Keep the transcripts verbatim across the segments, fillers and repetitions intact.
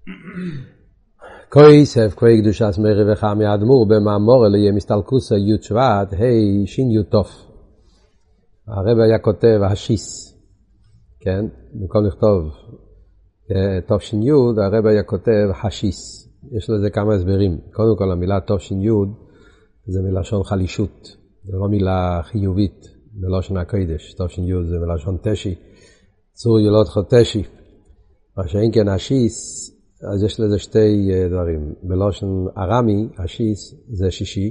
כויסף כוי קדושת מרי וחמי האדמו"ר במאמר אליי מסתלקוסה י' שבט ה' שין י' תוף. הרב היה כותב השיס, כן? במקום לכתוב תוף שין י' הרב היה כותב השיס. יש לזה כמה הסברים. קודם כל המילה תוף שין י' זה מלשון חלישות, זה לא מילה חיובית בלשון הקודש. תוף שין י' זה מלשון תשי, צור ילוד חוטשי. מה שאין כן השיס, אז יש לזה שתי דברים. בלושן ארמי, השיס זה שישי,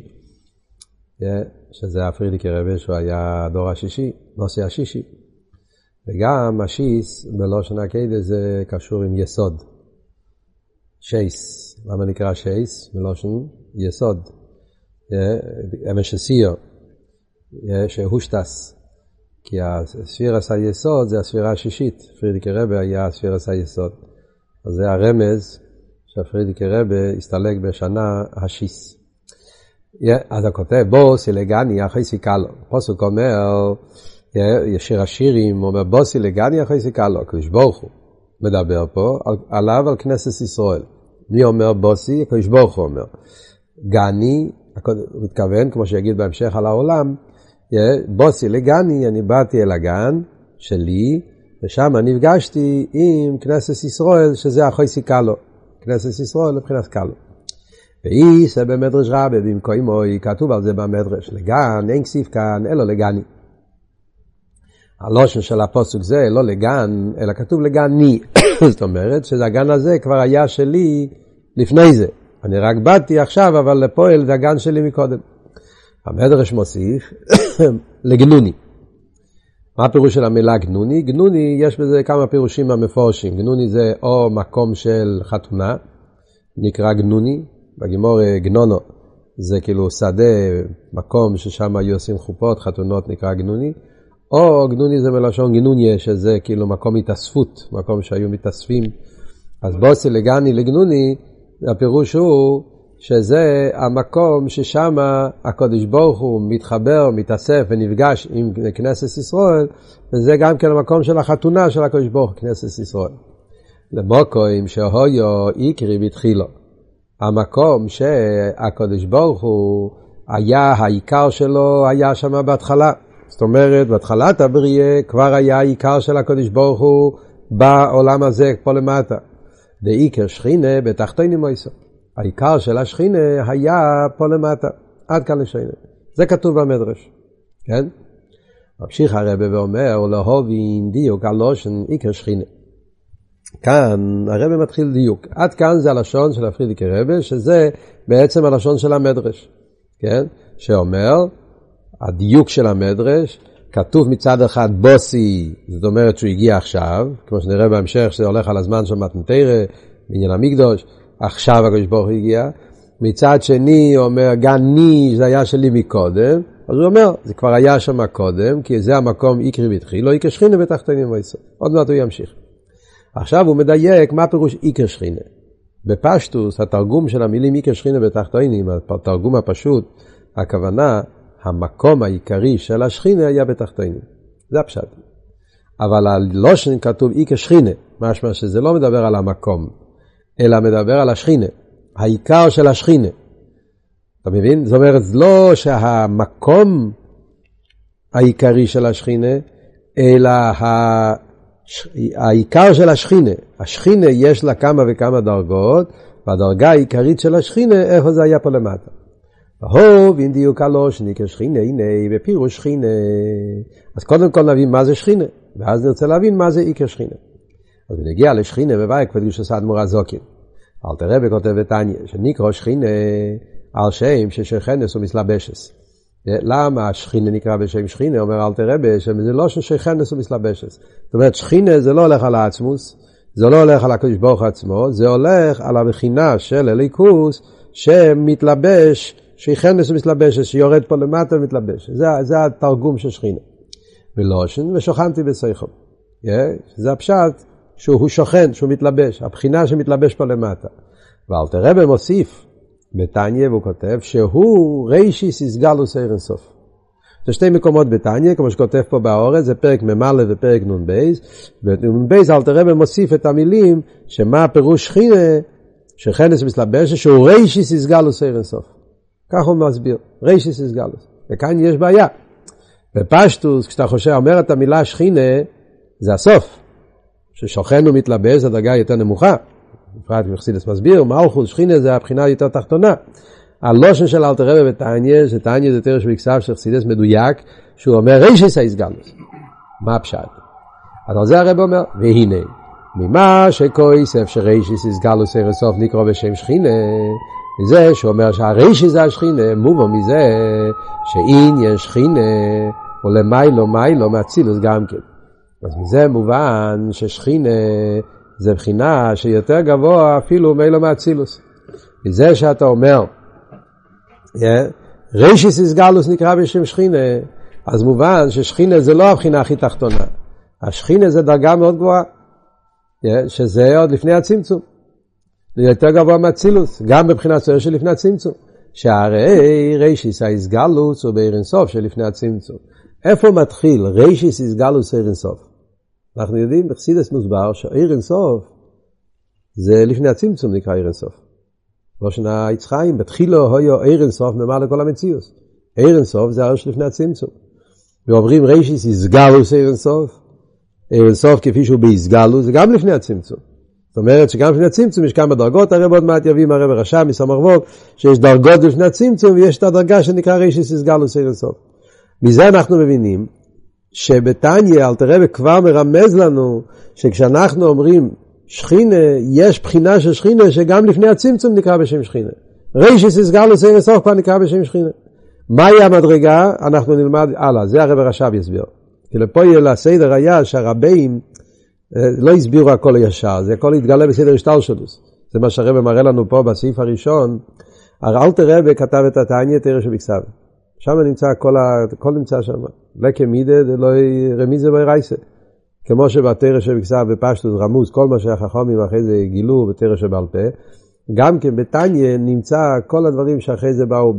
שזה הפרידיקי רבי, שהוא היה דור השישי, נושא השישי. וגם השיס בלושן הקודש זה קשור עם יסוד. שייס, למה נקרא שייס? בלושן יסוד. אמן שסיר, שהושטס. כי הספירה עשה יסוד זה הספירה השישית. פרידיקי רבי היה הספירה עשה יסוד. אז זה הרמז שהפרידיקי רבי הסתלק בשנה השיס. אז הכותב בוסי לגני אחרי סיכלו. פסוק אומר, ישיר השירים אומר בוסי לגני אחרי סיכלו. הקדוש ברוך הוא מדבר פה עליו על כנסת ישראל. מי אומר בוסי? הקדוש ברוך הוא אומר. גני, הוא מתכוון כמו שיגיד בהמשך על העולם, בוסי לגני, אני באתי אל הגן שלי, ושם נפגשתי עם כנסת ישראל, שזה אחרי סיכלו. כנסת ישראל לבחינת קלו. ואיסה במדרש רבי, במקוימוי, כתוב על זה במדרש, לגן, אין כסיף כאן, אלא לגני. הלושן של הפסוק זה, לא לגן, אלא כתוב לגני. זאת אומרת, שהגן הזה כבר היה שלי לפני זה. אני רק באתי עכשיו, אבל לפועל זה הגן שלי מקודם. המדרש מוסיף, לגנוני. מה הפירוש של המילה גנוני? גנוני, יש בזה כמה פירושים המפורשים. גנוני זה או מקום של חתונה, נקרא גנוני. בגימור גנונו, זה כאילו שדה, מקום ששם היו עושים חופות, חתונות נקרא גנוני. או גנוני זה מלשון גנוניה, שזה כאילו מקום התאספות, מקום שהיו מתאספים. אז בוסי לגני לגנוני, הפירוש הוא שזה המקום ששם הקדוש ברוך הוא מתחבר, מתאסף ונפגש עם כנסת ישראל, וזה גם כן המקום של החתונה של הקדוש ברוך הוא, כנסת ישראל. למוקוים שהויו עיקרי בתחילו. המקום שהקדוש ברוך הוא היה העיקר שלו, היה שם בהתחלה. זאת אומרת, בהתחלת הבריאה כבר היה העיקר של הקדוש ברוך הוא בעולם הזה פה למטה. דעיקר שכינה בתחתינים מויסו. העיקר של השכינה היה פה למטה, עד כאן לשכינה. זה כתוב במדרש, כן? ממשיך הרבי ואומר, להובין דיוק הלושן עיקר שכינה. כאן הרבי מתחיל דיוק. עד כאן זה הלשון של הפרידיקי רבי, שזה בעצם הלשון של המדרש, כן? שאומר, הדיוק של המדרש, כתוב מצד אחד בוסי, זאת אומרת שהוא הגיע עכשיו, כמו שנראה בהמשך, שזה הולך על הזמן של מתנתרא, בעניין המקדוש, עכשיו הקדוש ברוך הוא הגיע. מצד שני הוא אומר גני, זה היה שלי מקודם. אז הוא אומר זה כבר היה שם קודם, כי זה המקום עיקרי והתחיל, לא עיקר שכינה בתחתינים מויסו. עוד מעט הוא ימשיך. עכשיו הוא מדייק מה פירוש עיקר שכינה. בפשטוס התרגום של המילים עיקר שכינה בתחתינים, התרגום הפשוט, הכוונה המקום העיקרי של השכינה היה בתחתינים. זה הפשט. אבל הלושן כתוב עיקר שכינה, משמע שזה לא מדבר על המקום, אלא מדבר על השכינה, העיקר של השכינה. אתה מבין? זאת אומרת, לא שהמקום העיקרי של השכינה, אלא העיקר של השכינה. השכינה יש לה כמה וכמה דרגות, והדרגה העיקרית של השכינה, איפה זה היה פה למטה. והוב, אין דיוק הלושן, עיקר שכינה, הנה, בפירוש שכינה. אז קודם כל נבין מה זה שכינה, ואז נרצה להבין מה זה עיקר שכינה. אז נגיע לשכינה מבייק קדושת האדמו"ר הזקן. אלתר רבי כותב בתניא שנקרא שכינה על שם ששכנס ומסלבשס. למה השכינה נקרא בשם שכינה? אומר אלתר רבי שזה לא ששכנס ומסלבשס. זאת אומרת שכינה זה לא הולך על העצמוס, זה לא הולך על הקדוש ברוך עצמו, זה הולך על הבחינה של אליקוס שמתלבש, שכנס ומסלבשס, שיורד פה למטה ומתלבש. זה, זה התרגום של שכינה. ולושן ושוכנתי בסייכם. זה הפשט שהוא שוכן, שהוא מתלבש, הבחינה שמתלבש פה למטה. ואלתר רבי מוסיף בתניא והוא כותב שהוא רישיס איסגלוס עיר אין סוף. זה שתי מקומות בתניא, כמו שכותב פה באורץ, זה פרק ממלא ופרק נון בייז. בנון בייז אלתר רבי מוסיף את המילים, שמה פירוש שכינה, שכנס מסלבשת, שהוא רישיס איסגלוס עיר אינסוף. כך הוא מסביר, רישיס איסגלוס. וכאן יש בעיה. בפשטוס, כשאתה חושב, אומר את המילה שכינה, זה הסוף. ששוכן ומתלבש, זו דרגה יותר נמוכה. בפרט מחסידס מסביר, מלכות שכינה זה הבחינה יותר תחתונה. הלושן של אלתר רבי בתניא, שתניא זה תרש ובכסף של חסידס מדויק, שהוא אומר רישיס האיסגלוס. מה הפשט? אז על זה הרב אומר, והנה, ממה שכויסף שרישיס איסגלוס עיר אינסוף נקרא בשם שכינה, מזה שאומר שהרישיס זה השכינה, מובן מזה שעניין שכינה, או למיילו מיילו מאצילוס גם כן. אז מזה מובן ששכינה זה בחינה שיותר גבוה אפילו מיילו מאצילוס. מזה שאתה אומר, רישיס איסגלוס נקרא בשם שכינה, אז מובן ששכינה זה לא הבחינה הכי תחתונה. השכינה זה דרגה מאוד גבוהה, שזה עוד לפני הצמצום. זה יותר גבוה מאצילוס, גם בבחינת סוער של לפני הצמצום. שהרי רישיס האיסגלוס הוא בעיר אינסוף של לפני הצמצום. איפה מתחיל רישיס איסגלוס עיר אינסוף? אנחנו יודעים בחסידס מוסבר שעיר אינסוף זה לפני הצמצום נקרא עיר אינסוף. לא שנה יצחיים, בתחילו היו עיר אינסוף ממעל לכל המציאות. עיר אינסוף זה העיר של לפני הצמצום. ואומרים רישיס איסגלוס עיר אינסוף. עיר אינסוף כפי שהוא באיסגלוס זה גם לפני הצמצום. זאת אומרת שגם לפני הצמצום יש כמה דרגות, הרב עוד מעט יביא מהרב רש"ם מסמ"ך וו, שיש דרגות לפני הצמצום ויש את הדרגה שנקרא רישיס איסגלוס עיר אינסוף. מזה אנחנו מבינים שבתניא אלתר רבי כבר מרמז לנו שכשאנחנו אומרים שכינה, יש בחינה של שכינה שגם לפני הצמצום נקרא בשם שכינה. רישיס איסגלוס עיר אינסוף כבר נקרא בשם שכינה. מהי המדרגה? אנחנו נלמד הלאה, זה הרב רש"ב יסביר. כי לפה יהיה לסדר היה שהרבים לא הסבירו הכל ישר, זה הכל התגלה בסדר השתלשלוס. זה מה שהרב מראה לנו פה בסעיף הראשון. אלתר רבי כתב את התניא תרש ובכסף. שם נמצא הכל, הכל נמצא שם. לקה מידה לא רמיזה ברייסה. כמו שבתרש ובכסף בפשטוס רמוז, כל מה שהחכמים אחרי זה גילו בתרש ובעל פה, גם כן בתניא נמצא כל הדברים שאחרי זה באו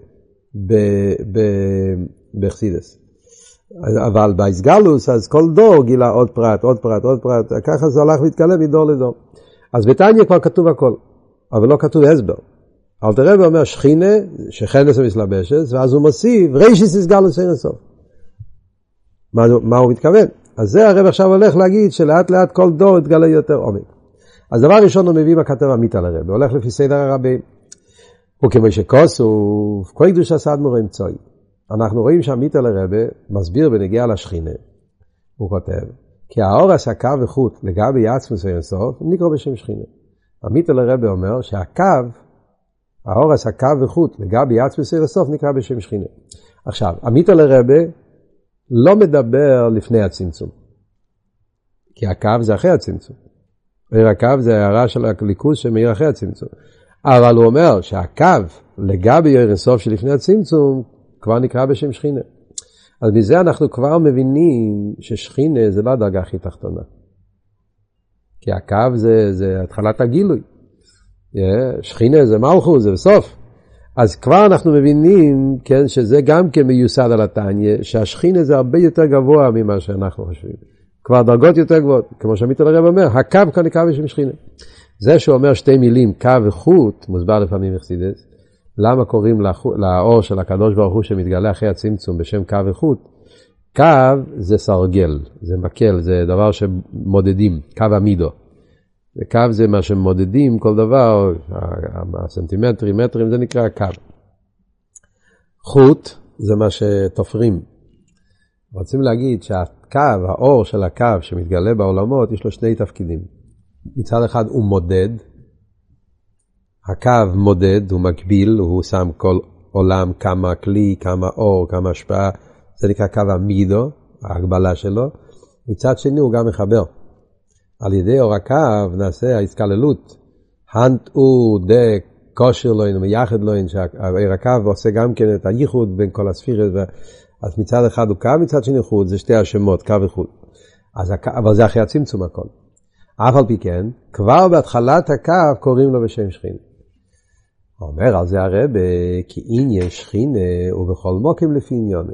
בחסידס. אבל באיסגלוס, אז כל דור גילה עוד פרט, עוד פרט, עוד פרט, ככה זה הולך והתקלם מדור לדור. אז בתניא כבר כתוב הכל, אבל לא כתוב הסבר. אלתר רבי אומר שכינה, שכנס המסלבשת, ואז הוא מוסיף, רישיס איסגלוס עיר אינסוף. מה, מה הוא מתכוון? אז זה הרב עכשיו הולך להגיד שלאט לאט כל דור יתגלה יותר עומק. אז דבר ראשון הוא מביא מהכתב עמית על הרב, הוא הולך לפי סדר הרבים. וכמו שכוסוף, כל קדוש עשה אדמו"ר אמצעי. אנחנו רואים שעמית על הרב מסביר בנגיע לשכינה. הוא כותב, כי האור עסקה וחוט לגבי עצמוס עיר אינסוף, נקרא בשם שכינה. עמית על הרב אומר שהקו, האור עסקה וחוט לגבי עצמוס עיר אינסוף, נקרא בשם שכינה. עכשיו, עמית על הרב לא מדבר לפני הצמצום. כי הקו זה אחרי הצמצום. עיר הקו זה הערה של הליכוז שמאיר אחרי הצמצום. אבל הוא אומר שהקו לגבי עיר אינסוף שלפני הצמצום, כבר נקרא בשם שכינה. אז בזה אנחנו כבר מבינים ששכינה זה לא הדרגה הכי תחתונה. כי הקו זה, זה התחלת הגילוי. שכינה זה מלכות, זה בסוף. אז כבר אנחנו מבינים, כן, שזה גם כן מיוסד על התניא, שהשכינה זה הרבה יותר גבוה ממה שאנחנו חושבים. כבר דרגות יותר גבוהות. כמו שעמית על הרב אומר, הקו כבר נקרא בשם שכינה. זה שהוא אומר שתי מילים, קו וחוט, מוסבר לפעמים בחסידות, למה קוראים לאור של הקדוש ברוך הוא שמתגלה אחרי הצמצום בשם קו וחוט? קו זה סרגל, זה מקל, זה דבר שמודדים, קו המידו. קו זה מה שמודדים כל דבר, הסנטימטרים, מטרים, זה נקרא קו. חוט זה מה שתופרים. רוצים להגיד שהקו, האור של הקו שמתגלה בעולמות, יש לו שני תפקידים. מצד אחד הוא מודד, הקו מודד, הוא מקביל, הוא שם כל עולם כמה כלי, כמה אור, כמה השפעה, זה נקרא קו המידו, ההגבלה שלו. מצד שני הוא גם מחבר. על ידי אור הקו נעשה ההסקללות, הנט הוא דה כושר לוין ומייחד לוין, שהאור הקו עושה גם כן את הייחוד בין כל הספירות, אז מצד אחד הוא קו, מצד שני חוט, זה שתי השמות, קו וחוט. אז הקו, אבל זה אחרי הצמצום הכל. אף על פי כן, כבר בהתחלת הקו קוראים לו בשם שכינה. אומר על זה הרב, כי עניין שכינה ובכל מוקים לפי עניונים.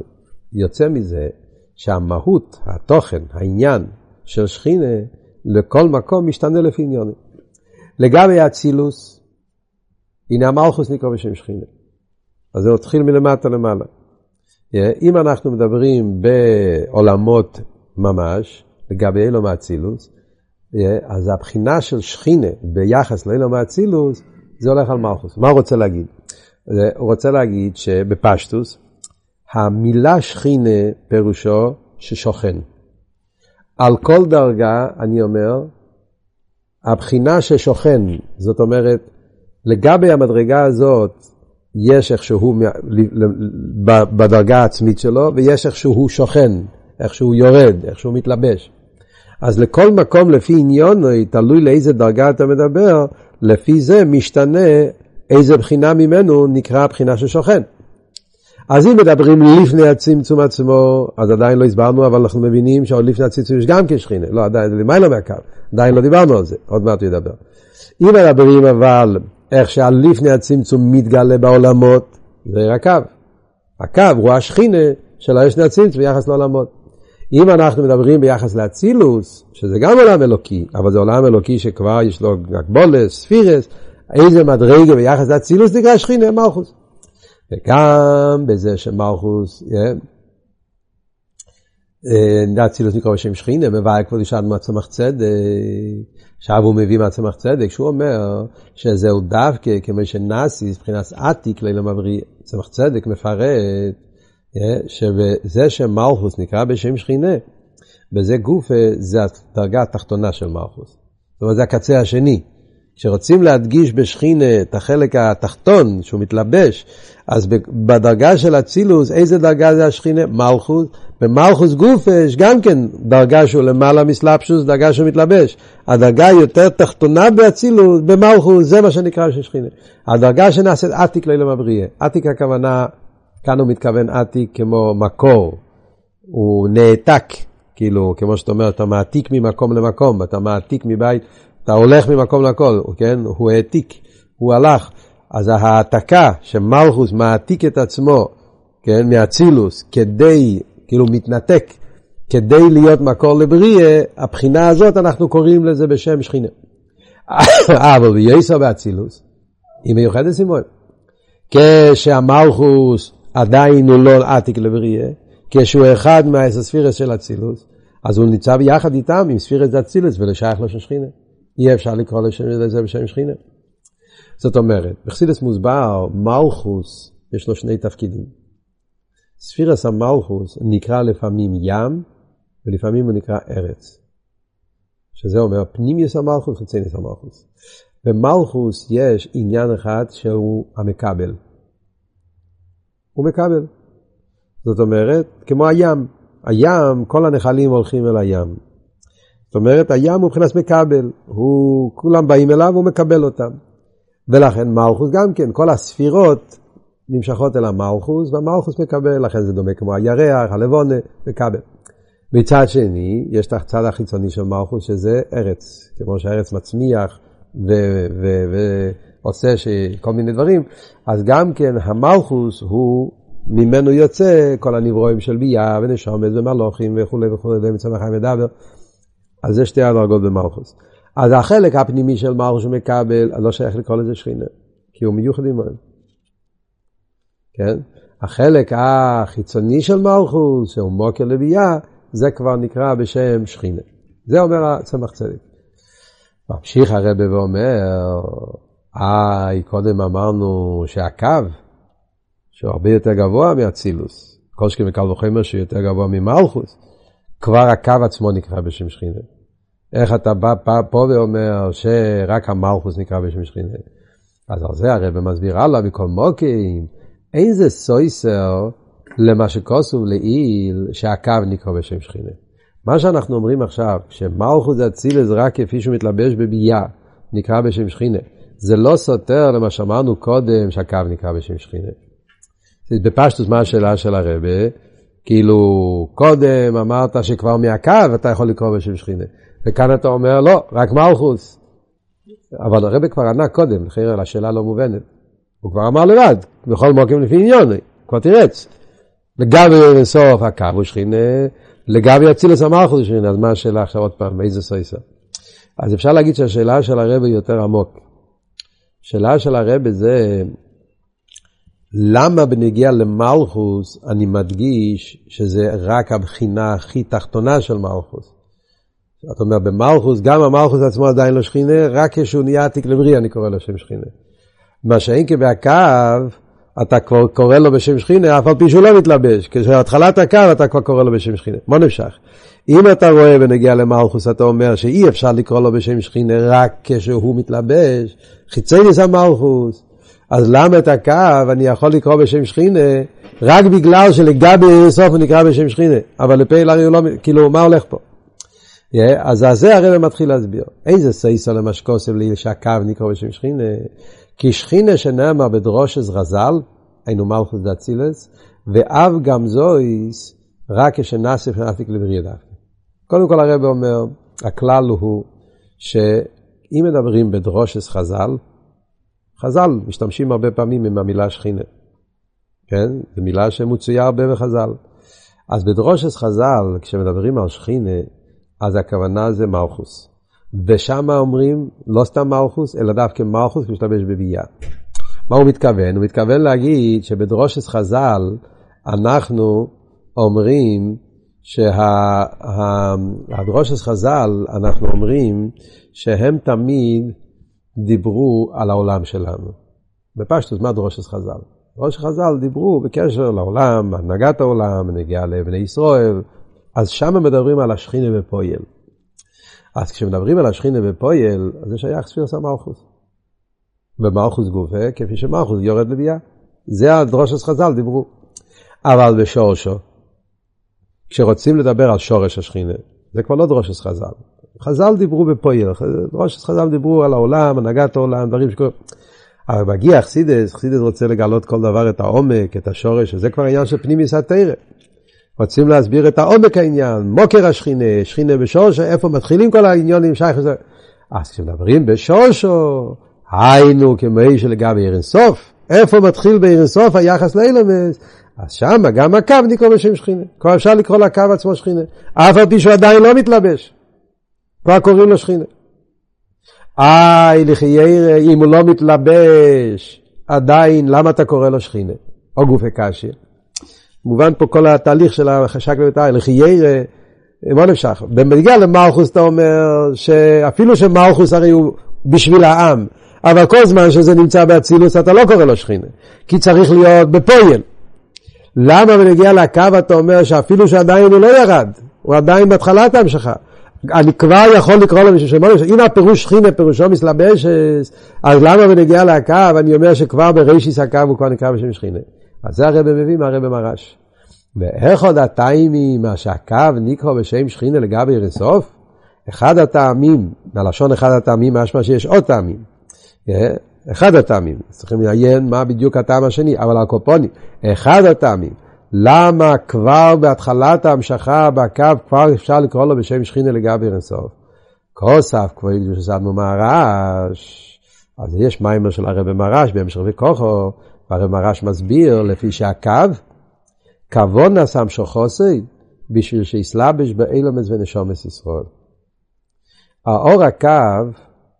יוצא מזה שהמהות, התוכן, העניין של שכינה, לכל מקום משתנה לפי עניונים. לגבי האצילוס, הנה המלכוס נקרא בשם שכינה. אז זה מתחיל מלמטה למעלה. אם אנחנו מדברים בעולמות ממש, לגבי אילום האצילוס, אז הבחינה של שכינה ביחס לאילום האצילוס, זה הולך על מלכוס. מה הוא רוצה להגיד? הוא רוצה להגיד שבפשטוס, המילה שכינה פירושו ששוכן. על כל דרגה, אני אומר, הבחינה ששוכן, זאת אומרת, לגבי המדרגה הזאת, יש איכשהו בדרגה העצמית שלו, ויש איכשהו שוכן, איכשהו יורד, איכשהו מתלבש. אז לכל מקום לפי עניון, תלוי לאיזה דרגה אתה מדבר, לפי זה משתנה איזה בחינה ממנו נקרא הבחינה ששוכן. אז אם מדברים לפני הצמצום עצמו, אז עדיין לא הסברנו, אבל אנחנו מבינים שעוד לפני הצמצום יש גם כשכינה. לא, עדיין, למה לא מהקו? עדיין לא דיברנו על זה, עוד מעט הוא ידבר. אם מדברים אבל איך שהלפני הצמצום מתגלה בעולמות, זה רק הקו. הקו הוא השכינה של לפני הצמצום ביחס לעולמות. אם אנחנו מדברים ביחס לאצילוס, שזה גם עולם אלוקי, אבל זה עולם אלוקי שכבר יש לו גבולס, ספירס, איזה מדרגה ביחס לאצילוס נקרא שכינה, מלכוס. וגם בזה שמלכוס, אצילוס נקרא בשם שכינה, מביא כבוד ישעד מעצמך צדק, עכשיו הוא מביא מעצמך צדק, שהוא אומר שזהו דווקא כמו שנאסיס, מבחינת עתיק לילה מבריא, מעצמך צדק מפרט, שבזה שמלכוס נקרא בשם שכינה, בזה גוף זה הדרגה התחתונה של מלכוס. זאת אומרת, זה הקצה השני. כשרוצים להדגיש בשכינה את החלק התחתון שהוא מתלבש, אז בדרגה של אצילוס, איזה דרגה זה השכינה? מלכוס. במלכוס גוף יש גם כן דרגה שהוא למעלה מסלבשוס, דרגה שהוא מתלבש. הדרגה יותר תחתונה באצילוס, במלכוס, זה מה שנקרא של שכינה. הדרגה שנעשית עתיק לעילם הבריאה. עתיק הכוונה, כאן הוא מתכוון עתיק כמו מקור. הוא נעתק, כאילו, כמו שאתה אומר, אתה מעתיק ממקום למקום, אתה מעתיק מבית, אתה הולך ממקום לכל, כן? הוא העתיק, הוא הלך. אז ההעתקה שמלכוס מעתיק את עצמו, כן, מאצילוס, כדי, כאילו מתנתק, כדי להיות מקור לבריאה, הבחינה הזאת אנחנו קוראים לזה בשם שכינה. אבל ביסר באצילוס, היא מיוחדת סימון. כשהמלכוס עדיין הוא לא עתיק לבריאה, כשהוא אחד מהספירס של אצילוס, אז הוא ניצב יחד איתם עם ספירס אצילוס ולשייך לו של שכינה. אי אפשר לקרוא לזה בשם שכינה. זאת אומרת, בחסידות מוסבר, מלכוס, יש לו שני תפקידים. ספירס המלכוס נקרא לפעמים ים, ולפעמים הוא נקרא ארץ. שזה אומר, פנימיוס המלכוס, חיצוניוס המלכוס. במלכוס יש עניין אחד שהוא המקבל. הוא מקבל. זאת אומרת, כמו הים. הים, כל הנחלים הולכים אל הים. זאת אומרת, הים הוא מבחינת מקבל. הוא, כולם באים אליו, הוא מקבל אותם. ולכן מלכוס גם כן, כל הספירות נמשכות אל המלכוס, והמלכוס מקבל, לכן זה דומה כמו הירח, הלבונה, מקבל. מצד שני, יש את הצד החיצוני של מלכוס, שזה ארץ, כמו שהארץ מצמיח ועושה כל מיני דברים, אז גם כן המלכוס הוא, ממנו יוצא כל הנברואים של בייה ונשומת ומלוכים וכו' וכו' ומצמח חיים ודבר, אז זה שתי הדרגות במלכוס. אז החלק הפנימי של מלכוס שהוא מקבל, לא שייך לקרוא לזה שכינה, כי הוא מיוחד עמהם. כן? החלק החיצוני של מלכוס, שהוא מוקר לבייה, זה כבר נקרא בשם שכינה. זה אומר הצמח צדק. ממשיך הרב ואומר, אה, קודם אמרנו שהקו, שהוא הרבה יותר גבוה מאצילוס, כל שכם וקל וחומר שהוא יותר גבוה ממלכוס, כבר הקו עצמו נקרא בשם שכינה. איך אתה בא פה ואומר שרק המלכוס נקרא בשם שכינה? אז על זה הרב מסביר הלאה מכל מוקים, אין זה סויסר למה שכוסוב לעיל שהקו נקרא בשם שכינה. מה שאנחנו אומרים עכשיו, שמלכוס אצילוס רק כפי שהוא מתלבש בבייה, נקרא בשם שכינה. זה לא סותר למה שאמרנו קודם שהקו נקרא בשם שכינה. בפשטוס מה השאלה של הרב, כאילו קודם אמרת שכבר מהקו אתה יכול לקרוא בשם שכינה. וכאן אתה אומר לא, רק מלכוס. אבל הרב כבר ענה קודם, לכן השאלה לא מובנת. הוא כבר אמר לבד, בכל מוקים לפי עניון, כבר תירץ. לגבי אין סוף הקו הוא שכינה, לגבי אצילס המלכות הוא שכינה. אז מה השאלה עכשיו עוד פעם? איזה סויסה? אז אפשר להגיד שהשאלה של הרב היא יותר עמוק. השאלה של הרב זה, למה בנגיע למלכוס אני מדגיש שזה רק הבחינה הכי תחתונה של מלכוס? זאת אומרת, במלכוס, גם המלכוס עצמו עדיין לא שכינה, רק כשהוא נהיה עתיק לבריא אני קורא לו שם שכינה. מה שאין כבהקו, אתה כבר קורא לו בשם שכינה, אף על פי שהוא לא מתלבש. כשהתחלת הקו אתה כבר קורא לו בשם שכינה. מה נמשך? אם אתה רואה בנגיע למלכוס, אתה אומר שאי אפשר לקרוא לו בשם שכינה רק כשהוא מתלבש, חיצייניס המלכוס, אז למה את הקו אני יכול לקרוא בשם שכינה, רק בגלל שלגבי סוף הוא נקרא בשם שכינה, אבל לפעיל הרי הוא לא, כאילו, מה הולך פה? Yeah, אז זה הרב מתחיל להסביר. איזה סייסה למשקוסם לי שהקו נקרא בשם שכינה? כי שכינה שנאמר בדרושס רז"ל, היינו מלכוס דאצילס, ואב גם זויס, רק כשנאסף נאפיק לבריא דווקא. קודם כל הרב אומר, הכלל הוא שאם מדברים בדרושס חז"ל, חז"ל משתמשים הרבה פעמים עם המילה שכינה. כן? זו מילה שמוצויה הרבה בחז"ל. אז בדרושס חז"ל, כשמדברים על שכינה, אז הכוונה זה מלכוס. ושם אומרים, לא סתם מלכוס, אלא דווקא מלכוס כשמשתמש בביאה. מה הוא מתכוון? הוא מתכוון להגיד שבדרושס חז"ל, אנחנו אומרים, שהדרושס חז"ל, אנחנו אומרים, שהם תמיד דיברו על העולם שלנו. בפשטוס, מה דרושס חז"ל? דרושס חז"ל דיברו בקשר לעולם, הנהגת העולם, נגיעה לבני ישראל, אז שם מדברים על השכינה בפועל. אז כשמדברים על השכינה בפועל, אז זה שייך ספירס המלכוס. במלכוס גופה, כפי שמלכוס יורד לביאה. זה הדרושס חז"ל דיברו. אבל בשורשו, כשרוצים לדבר על שורש השכינה, זה כבר לא דרושס חז"ל. חז"ל דיברו בפועל, דרושס חז"ל דיברו על העולם, הנהגת העולם, דברים שקורים. אבל מגיע חסידס, חסידס רוצה לגלות כל דבר את העומק, את השורש, וזה כבר עניין של פנימיוס התורה. רוצים להסביר את העומק העניין, מוקר השכינה, שכינה בשורשו, איפה מתחילים כל העניונים שייך לזה. אז כשמדברים בשורשו, היינו כמי שלגבי עיר אינסוף, איפה מתחיל בעיר אינסוף היחס לאילומס, אז שם גם הקו נקרא בשם שכינה. כבר אפשר לקרוא לקו עצמו שכינה. אף על פי שהוא עדיין לא מתלבש. כבר קוראים לו שכינה. איי, לחייר, אם הוא לא מתלבש, עדיין, למה אתה קורא לו שכינה? או גופי קשיא. מובן פה כל התהליך של החשק ובתאי, לחייר, מה נמשך? במגיע למלכוס אתה אומר, שאפילו שמלכוס הרי הוא בשביל העם, אבל כל זמן שזה נמצא באצילוס, אתה לא קורא לו שכינה. כי צריך להיות בפועל. למה בנגיע לקו אתה אומר שאפילו שעדיין הוא לא ירד, הוא עדיין בהתחלת המשכה. אני כבר יכול לקרוא לו משהו שמונה, אם הפירוש שכינה פירושו מסלבש, אז למה בנגיע לקו אני אומר שכבר בראשיס הקו הוא כבר נקרא בשם שכינה. אז זה הרב מביא מהרב מרש. ואיך עוד הטעמים שהקו נקרא בשם שכינה לגבי עיר אינסוף? אחד הטעמים, בלשון אחד הטעמים משמע שיש עוד טעמים. אחד הטעמים, צריכים לעיין מה בדיוק הטעם השני, אבל הקופוני, אחד הטעמים, למה כבר בהתחלת ההמשכה בקו כבר אפשר לקרוא לו בשם שכינה לגבי עיר אינסוף? כוסף, כבר יקדוש שסדמו מרש, אז יש מיימר של הרב מרש, בהמשך וכוחו, והרב מרש מסביר לפי שהקו, כבון נשם שוחוסי, בשביל שיסלבש באילומס ונשומס ישראל. האור הקו,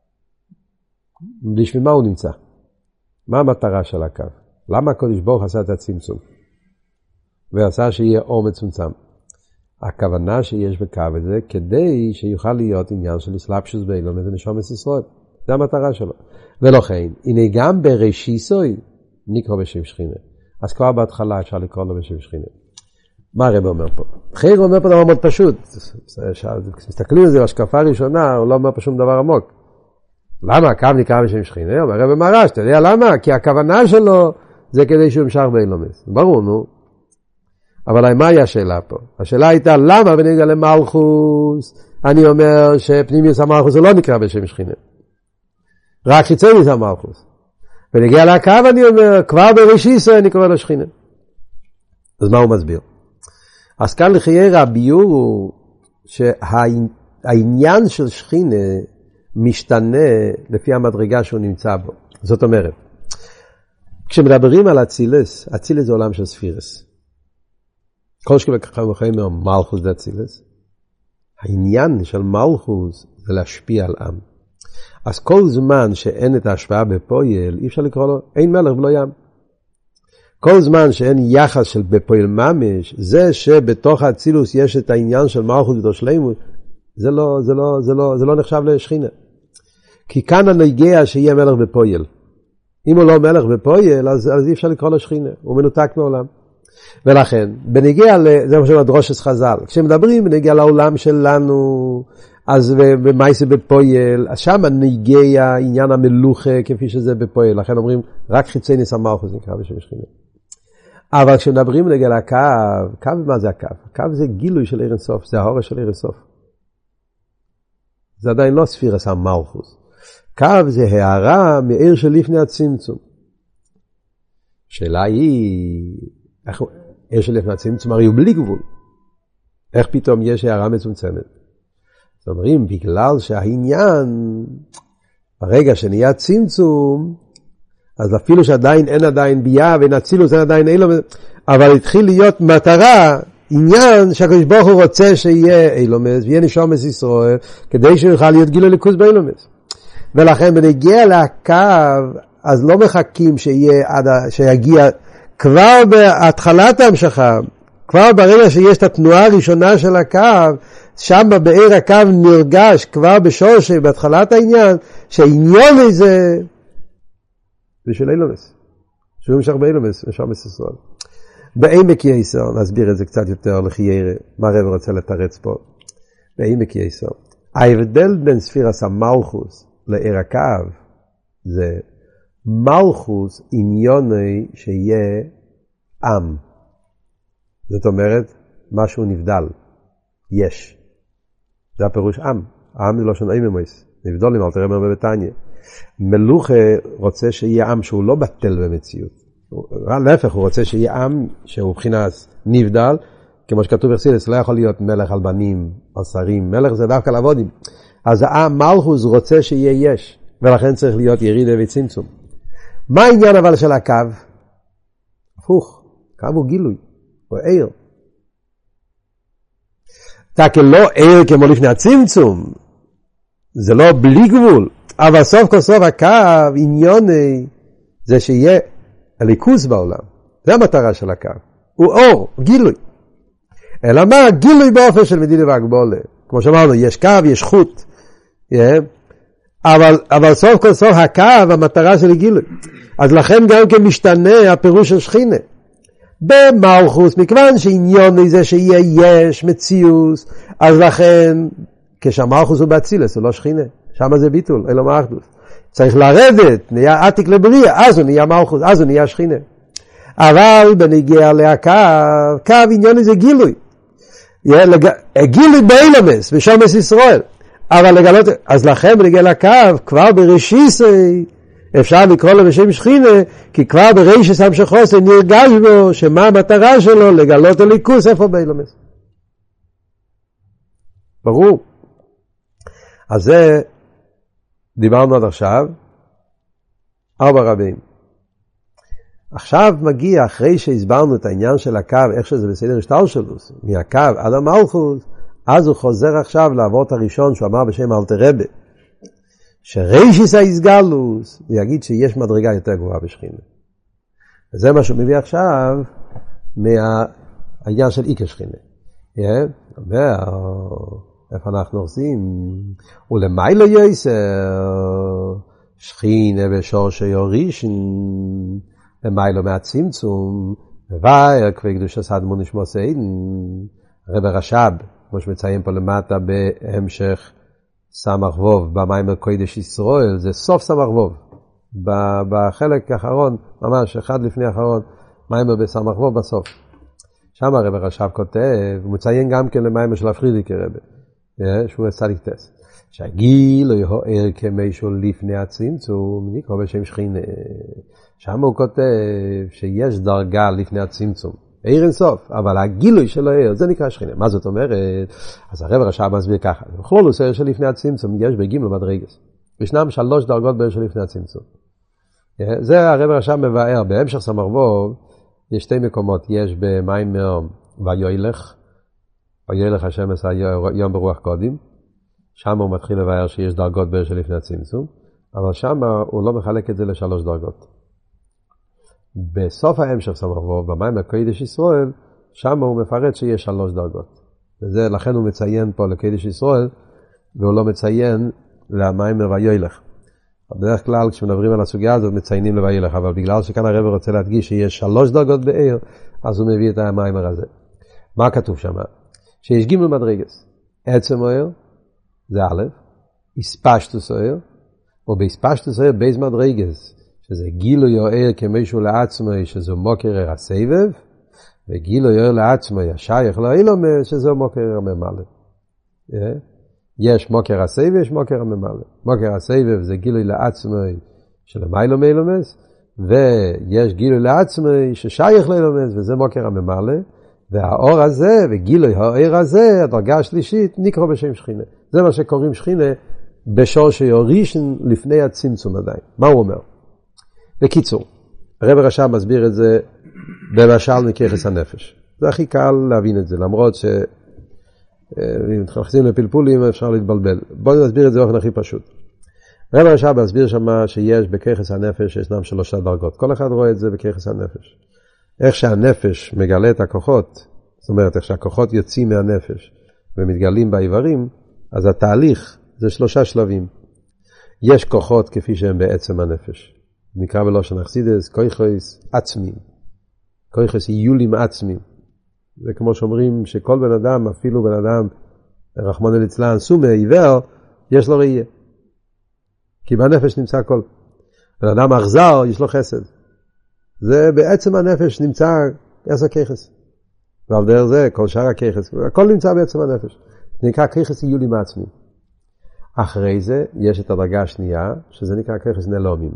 בשביל מה הוא נמצא? מה המטרה של הקו? למה הקדוש ברוך עשה את הצמצום? ועשה שיהיה אור מצומצם. הכוונה שיש בקו הזה, כדי שיוכל להיות עניין של סלאפשוס באילומס ונשומס ישראל. זה המטרה שלו. ולכן, הנה גם בראשיסוי, נקרא בשם שכינה. אז כבר בהתחלה אפשר לקרוא לו בשם שכינה. מה הרב אומר פה? חיר אומר פה דבר מאוד פשוט. כשמסתכלים על זה בהשקפה ראשונה, הוא לא אומר פה שום דבר עמוק. למה הקו נקרא בשם שכינה? אומר הרב מרש, אתה יודע למה? כי הכוונה שלו זה כדי שהוא ימשך באילומס. ברור, נו. אבל מה היה השאלה פה? השאלה הייתה, למה בנגיע למלכוס, אני אומר שפנימיוס המלכוס הוא לא נקרא בשם שכינה. רק חיצוניוס המלכוס. ונגיע לקו אני אומר, כבר בראשיסו אני קורא לו שכינה. אז מה הוא מסביר? אז כאן לחייר הביור הוא שהעניין של שכינה משתנה לפי המדרגה שהוא נמצא בו. זאת אומרת, כשמדברים על אצילס, אצילס זה עולם של ספירס. כל שכם וחמר מלכוס דאצילס, העניין של מלכוס זה להשפיע על עם. אז כל זמן שאין את ההשפעה בפועל, אי אפשר לקרוא לו, אין מלך ולא ים. כל זמן שאין יחס של בפועל ממש, זה שבתוך האצילוס יש את העניין של מלכות ותור שלמות, זה לא, זה לא, זה לא, זה לא נחשב לשכינה. כי כאן הנגיע שיהיה מלך בפועל. אם הוא לא מלך בפועל, אז, אז אי אפשר לקרוא לו שכינה, הוא מנותק מעולם. ולכן, בנגיע, זה מה שאומר דרושס חז"ל, כשמדברים בנגיע לעולם שלנו, אז במייסה בפועל, אז שם נגיע עניין המלוכה כפי שזה בפועל, לכן אומרים, רק חיצי ניס המלכות נקרא בשם שכינה. אבל כשמדברים נגיע לקו, קו מה זה הקו? הקו זה גילוי של עיר אינסוף, זה ההורש של עיר אינסוף. זה עדיין לא ספירס המלכות. קו זה הערה מעיר של לפני הצמצום. שאלה היא, איך, עיר של לפני הצמצום הרי הוא בלי גבול. איך פתאום יש הערה מצומצמת? זאת אומרים, בגלל שהעניין, ברגע שנהיה צמצום, אז אפילו שעדיין אין עדיין בייה, ואין אצילוס, אין עדיין אילומס, אבל התחיל להיות מטרה, עניין שהקדוש ברוך הוא רוצה שיהיה אילומס, ויהיה נשומס ישראל, כדי שיוכל להיות גילוי ליכוז באילומס. ולכן בנגיע לקו, אז לא מחכים שיהיה עד, שיגיע, כבר בהתחלת ההמשכה, כבר ברגע שיש את התנועה הראשונה של הקו, שם בעיר הקו נרגש כבר בשורש, בהתחלת העניין, שהעניין הזה, בשביל אילומס. שהוא משך באילומס, נשומס ישראל. בעמק יסר, נסביר את זה קצת יותר לחיירה, מה הרב רוצה לתרץ פה. בעמק יסר. ההבדל בין ספירס המלכוס לעיר הקו, זה מלכוס עניוני שיהיה עם. זאת אומרת, משהו נבדל. יש. זה הפירוש עם. עם זה לא שונה איממויס. נבדולים, אל תראה מה בבטניה. מלוכה רוצה שיהיה עם שהוא לא בטל במציאות. להפך, הוא רוצה שיהיה עם שהוא מבחינת נבדל, כמו שכתוב בחסידות, לא יכול להיות מלך על בנים, על שרים. מלך זה דווקא לעבודים. אז העם מלכוס רוצה שיהיה יש, ולכן צריך להיות ירידה וצמצום. מה העניין אבל של הקו? הפוך, קו הוא גילוי, הוא עיר. תקל לא עיר כמו לפני הצמצום, זה לא בלי גבול, אבל סוף כל סוף הקו, עניוני, זה שיהיה הליכוז בעולם. זה המטרה של הקו. הוא אור, גילוי. אלא מה? גילוי באופן של מדינה והגבולה. כמו שאמרנו, יש קו, יש חוט. Yeah. אבל, אבל סוף כל סוף הקו, המטרה של גילוי. אז לכן גם כן משתנה הפירוש של שכינה. במלכוס, מכיוון שעניוני זה שיהיה יש, מציאוס, אז לכן, כשהמלכוס הוא באצילס, הוא לא שכינה. שם זה ביטול, אלא מאחדוס. צריך לרדת, נהיה עתיק לבריאה, אז הוא נהיה מלכוס, אז הוא נהיה שכינה. אבל בנגיע להקו, קו עניוני זה גילוי. גילוי באילומס, בשומס ישראל. אבל לגלות, אז לכן בנגיע לקו, כבר בראשיס, אפשר לקרוא לו בשם שכינה, כי כבר בראשיס המשכוס נרגש בו, שמה המטרה שלו, לגלות הליכוס, איפה באילומס. ברור. אז זה, דיברנו עד עכשיו, ארבע רבים. עכשיו מגיע, אחרי שהסברנו את העניין של הקו, איך שזה בסדר השטלשלוס, מהקו עד המלכות, אז הוא חוזר עכשיו לעבוד הראשון שהוא אמר בשם אלתר רבי, שרישיס ההסגלוס, הוא יגיד שיש מדרגה יותר גבוהה בשכינה. וזה מה שהוא מביא עכשיו מהעניין של איקר שכינה. אומר, איפה אנחנו עושים? ולמיילו יסר, שכינה בשורשי יורישן, למיילו מהצמצום, ובאר כבי קדושת האדמו"ר נשמור סעידן, רב הרש"ב, כמו שמציין פה למטה בהמשך סמך ווב, במיימר קודש ישראל, זה סוף סמך ווב. בחלק האחרון, ממש אחד לפני האחרון, מיימר בסמך ווב בסוף. שם הרב הרש"ב כותב, הוא מציין גם כן למיימר של הפרידיקי רבי, שהוא הצדיק טס. שהגיל יהוער כמישהו לפני הצמצום, נקרא בשם שכינה. שם הוא כותב שיש דרגה לפני הצמצום. עיר אינסוף, אבל הגילוי שלו עיר, זה נקרא שכינה. מה זאת אומרת? אז הרב הרש"ב מסביר ככה. בכלולוס עיר של לפני הצמצום, יש בגימל מדרגס. ישנם שלוש דרגות בעיר של לפני הצמצום. זה הרב הרש"ב מבאר. בהמשך סמך ווב, יש שתי מקומות. יש במיימר ויילך, ויילך השם עשה יום ברוח קודם, שם הוא מתחיל לבאר שיש דרגות בר שלפני הצמצום, אבל שם הוא לא מחלק את זה לשלוש דרגות. בסוף ההמשך סמ"ו, במים קודש ישראל, שם הוא מפרט שיש שלוש דרגות. וזה, לכן הוא מציין פה לקודש ישראל, והוא לא מציין למים ויילך. בדרך כלל כשמדברים על הסוגיה הזאת מציינים לויילך, אבל בגלל שכאן הרב רוצה להדגיש שיש שלוש דרגות בעיר, אז הוא מביא את המים הזה. מה כתוב שם? שיש גימל מדרגס. עצם העיר, זה א', הספשטוס העיר, או בהספשטוס העיר בייס מדרגס, שזה גילוי העיר כמישהו לעצמו, שזה מוקר עיר הסבב, וגילוי העיר לעצמו, השייך לאילומס, שזה מוקר עיר הממלא. יש מוקר הסבב, יש מוקר הממלא. מוקר הסבב זה גילוי לעצמו של המיילום אילומס, ויש גילוי לעצמו ששייך לאילומס, וזה מוקר הממלא. והאור הזה, וגילוי האור הזה, הדרגה השלישית, נקרא בשם שכינה. זה מה שקוראים שכינה בשור שיורישן לפני הצמצום עדיין. מה הוא אומר? בקיצור, הרב הרש"ב מסביר את זה במשל מכיחס הנפש. זה הכי קל להבין את זה, למרות ש... אם מתחלחזים לפלפולים אפשר להתבלבל. בואו נסביר את זה באופן הכי פשוט. הרב הרש"ב מסביר שמה שיש בכיחס הנפש ישנם שלושה דרגות. כל אחד רואה את זה בכיחס הנפש. איך שהנפש מגלה את הכוחות, זאת אומרת, איך שהכוחות יוצאים מהנפש ומתגלים באיברים, אז התהליך זה שלושה שלבים. יש כוחות כפי שהם בעצם הנפש. נקרא בלושן חסידות, כוחות עצמיים. כוחות איולים עצמיים. זה כמו שאומרים שכל בן אדם, אפילו בן אדם, רחמנא ליצלן, סומא, עיוור, יש לו ראייה. כי בנפש נמצא הכל. בן אדם אכזר, יש לו חסד. זה בעצם הנפש נמצא עשר כיחס. ועל דרך זה, כל שאר הכיחס, הכל נמצא בעצם הנפש. זה נקרא כיחס איולים עצמי. אחרי זה, יש את הדרגה השנייה, שזה נקרא כיחס נלומים.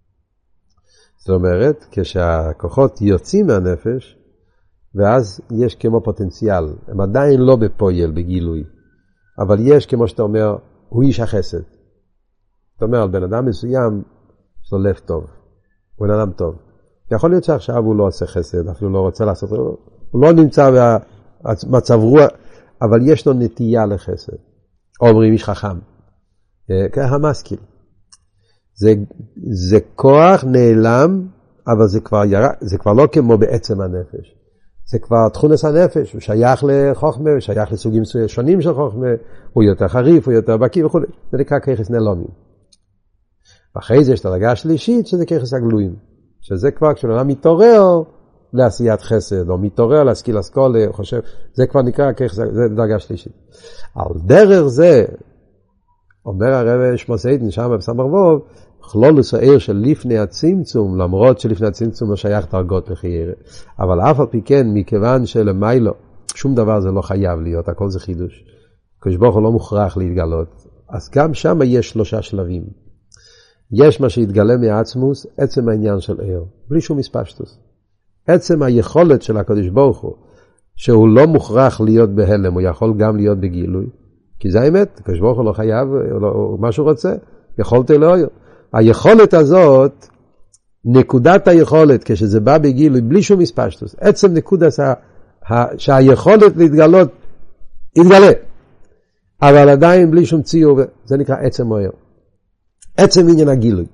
זאת אומרת, כשהכוחות יוצאים מהנפש, ואז יש כמו פוטנציאל. הם עדיין לא בפועל, בגילוי. אבל יש, כמו שאתה אומר, הוא איש החסד. זאת אומרת, על בן אדם מסוים, יש לו לב טוב. הוא בן אדם טוב. יכול להיות שעכשיו הוא לא עושה חסד, אפילו לא רוצה לעשות, הוא לא נמצא במצב רוח, אבל יש לו נטייה לחסד. אומרים איש חכם. ככה משכיל. זה, זה כוח נעלם, אבל זה כבר, ירק, זה כבר לא כמו בעצם הנפש. זה כבר תכונס הנפש, הוא שייך לחוכמה, הוא שייך לסוגים שונים של חוכמה, הוא יותר חריף, הוא יותר בקיא וכו'. זה נקרא כיחס נלומים. ואחרי זה יש את הדרגה השלישית, שזה כיחס הגלויים. שזה כבר כשאדם מתעורר לעשיית חסד, או מתעורר להשכיל אסכולה, חושב, זה כבר נקרא כיחס, זה דרגה שלישית. על דרך זה, אומר הרב שמוסיידן שם בסמ"ו, כלולוס העיר של לפני הצמצום, למרות שלפני הצמצום לא שייך דרגות לחייר. אבל אף על פי כן, מכיוון שלמיילו, שום דבר זה לא חייב להיות, הכל זה חידוש. הקדוש ברוך הוא לא מוכרח להתגלות. אז גם שם יש שלושה שלבים. יש מה שהתגלה מעצמוס, עצם העניין של עיר, בלי שום מספשטוס. עצם היכולת של הקדוש ברוך הוא, שהוא לא מוכרח להיות בהלם, הוא יכול גם להיות בגילוי. כי זה האמת, הקדוש ברוך הוא לא חייב, או מה שהוא רוצה, יכולתי לא עיר. היכולת הזאת, נקודת היכולת, כשזה בא בגילוי, בלי שום מספשטוס, עצם נקודה שהיכולת להתגלות, יתגלה. אבל עדיין בלי שום ציור, זה נקרא עצם העיר. עצם עניין הגילוי.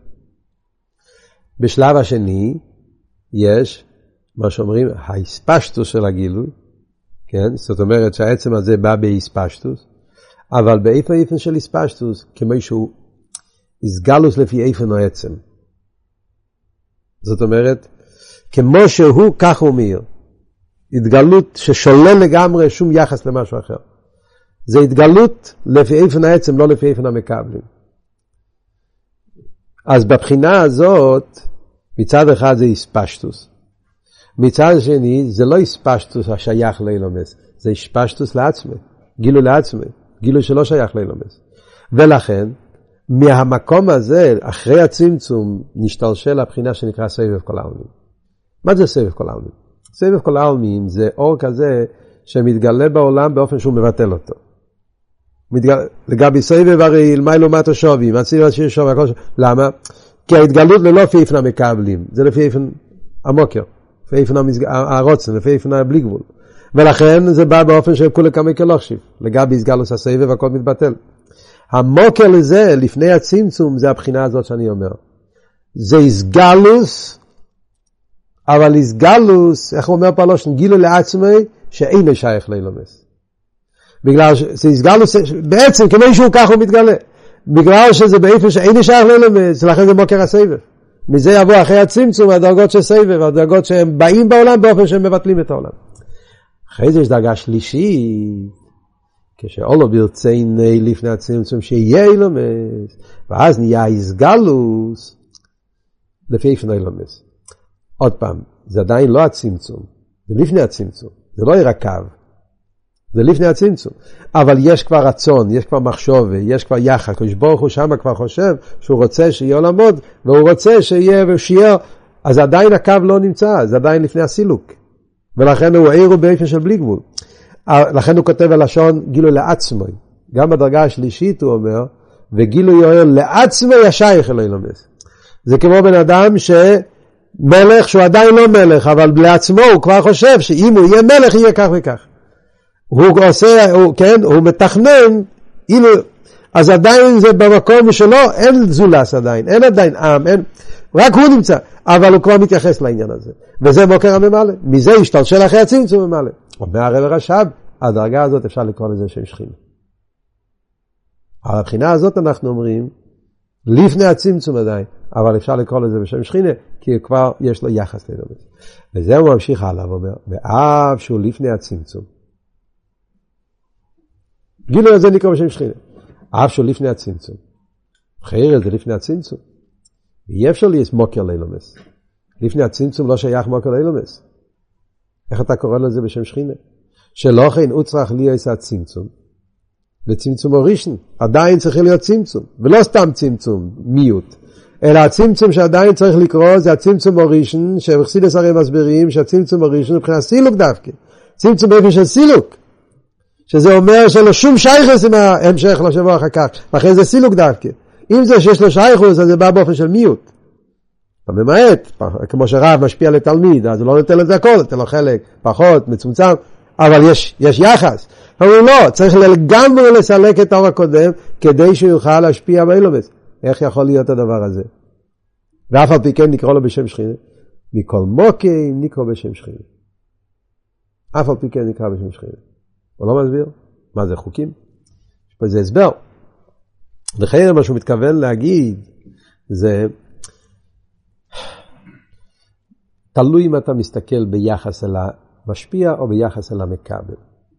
בשלב השני, יש, מה שאומרים, ההספשטוס של הגילוי, כן? זאת אומרת שהעצם הזה בא בהספשטוס, אבל באיפה איפן של הספשטוס, כמו שהוא הסגלוס לפי איפן העצם. זאת אומרת, כמו שהוא, כך הוא מאיר. התגלות ששולל לגמרי שום יחס למשהו אחר. זה התגלות לפי איפן העצם, לא לפי איפן המקבלים. אז בבחינה הזאת, מצד אחד זה הספשטוס. מצד שני, זה לא הספשטוס השייך לאילומס, זה הספשטוס לעצמי, גילוי לעצמי, גילוי שלא שייך לאילומס. ולכן, מהמקום הזה, אחרי הצמצום, נשתלשל הבחינה שנקרא סבב כל העלמין. מה זה סבב כל העלמין? סבב כל העלמין זה אור כזה שמתגלה בעולם באופן שהוא מבטל אותו. מתגל... לגבי סבב הרי אל מיילו מטו שווי, מציא מציא שווי, הכל שווי. למה? כי ההתגלות לא לפי איפן המקבלים, זה לפי איפן המוקר, לפי איפן הרוצן, לפי איפן הבלי גבול. ולכן זה בא באופן של כולי כמי כלוכשיב, לגבי הסגלוס הסבב הכל מתבטל. המוקר לזה, לפני הצמצום, זה הבחינה הזאת שאני אומר. זה הסגלוס, אבל הסגלוס, איך הוא אומר פה לושן, גילו לעצמי, שאינו שייך לאילומס. בגלל שזה הסגלוס, בעצם כמי שהוא כך הוא מתגלה. בגלל שזה באיפה שאינו שייך לאילומס, לכן זה מוקר הסבב. מזה יבוא אחרי הצמצום, הדרגות של סבב, הדרגות שהם באים בעולם באופן שהם מבטלים את העולם. אחרי זה יש דרגה שלישית, כשאולו ברציני לפני הצמצום שיהיה אילומס, ואז נהיה הסגלוס לפי איפה אילומס. עוד פעם, זה עדיין לא הצמצום, זה לפני הצמצום, זה לא ירקב, זה לפני הצמצום. אבל יש כבר רצון, יש כבר מחשוב, יש כבר יחד, קדוש ברוך הוא שם כבר חושב שהוא רוצה שיהיה עולמות, והוא רוצה שיהיה ושיהיה, אז עדיין הקו לא נמצא, זה עדיין לפני הסילוק. ולכן הוא עירו באופן של בלי גבול. לכן הוא כותב הלשון גילוי לעצמו. גם בדרגה השלישית הוא אומר, וגילוי יוער לעצמו ישייך אלוהי לומס. זה כמו בן אדם שמלך שהוא עדיין לא מלך, אבל לעצמו הוא כבר חושב שאם הוא יהיה מלך יהיה כך וכך. הוא עושה, הוא, כן, הוא מתכנן, אילו, אז עדיין זה במקום שלו, אין זולס עדיין, אין עדיין עם, אין, רק הוא נמצא, אבל הוא כבר מתייחס לעניין הזה. וזה מוקר הממלא. מזה ישתלשל אחרי הצמצום ממלא. אומר הרב רש"ב, הדרגה הזאת אפשר לקרוא לזה שם שכינה. על הבחינה הזאת אנחנו אומרים, לפני הצמצום עדיין, אבל אפשר לקרוא לזה בשם שכינה, כי כבר יש לו יחס לאילומס. וזה הוא ממשיך הלאה ואומר, ואף שהוא לפני הצמצום. גילוי הזה נקרא בשם שכינה. אף שהוא לפני הצמצום. חייר זה לפני הצמצום. אי אפשר לי יש מוקר לאילומס. לפני הצמצום לא שייך מוקר לאילומס. איך אתה קורא לזה בשם שכינה? שלא כן הוא צריך להיות הצמצום. וצמצום הראשון. עדיין צריך להיות צמצום. ולא סתם צמצום, מיעוט. אלא הצמצום שעדיין צריך לקרוא זה הצמצום הראשון, שבחסידות הרי מסבירים שהצמצום הראשון מבחינת סילוק דווקא. צמצום באופן של סילוק. שזה אומר שלא שום שייכות עם ההמשך לשבוע אחר כך. לכן זה סילוק דווקא. אם זה שיש לו שייכות, אז זה בא באופן של מיעוט. אתה ממעט, כמו שרב משפיע לתלמיד, אז הוא לא נותן לזה הכל, נותן לו חלק, פחות, מצומצם, אבל יש, יש יחס. אבל לא, צריך לגמרי לסלק את האור הקודם, כדי שהוא יוכל להשפיע באילומס. איך יכול להיות הדבר הזה? ואף על פי כן נקרא לו בשם שכינה. מכל מוקים נקרא בשם שכינה. אף על פי כן נקרא בשם שכינה. הוא לא מסביר? מה זה חוקים? יש פה איזה הסבר. לכן מה שהוא מתכוון להגיד, זה תלוי אם אתה מסתכל ביחס אל המשפיע או ביחס אל המקבל.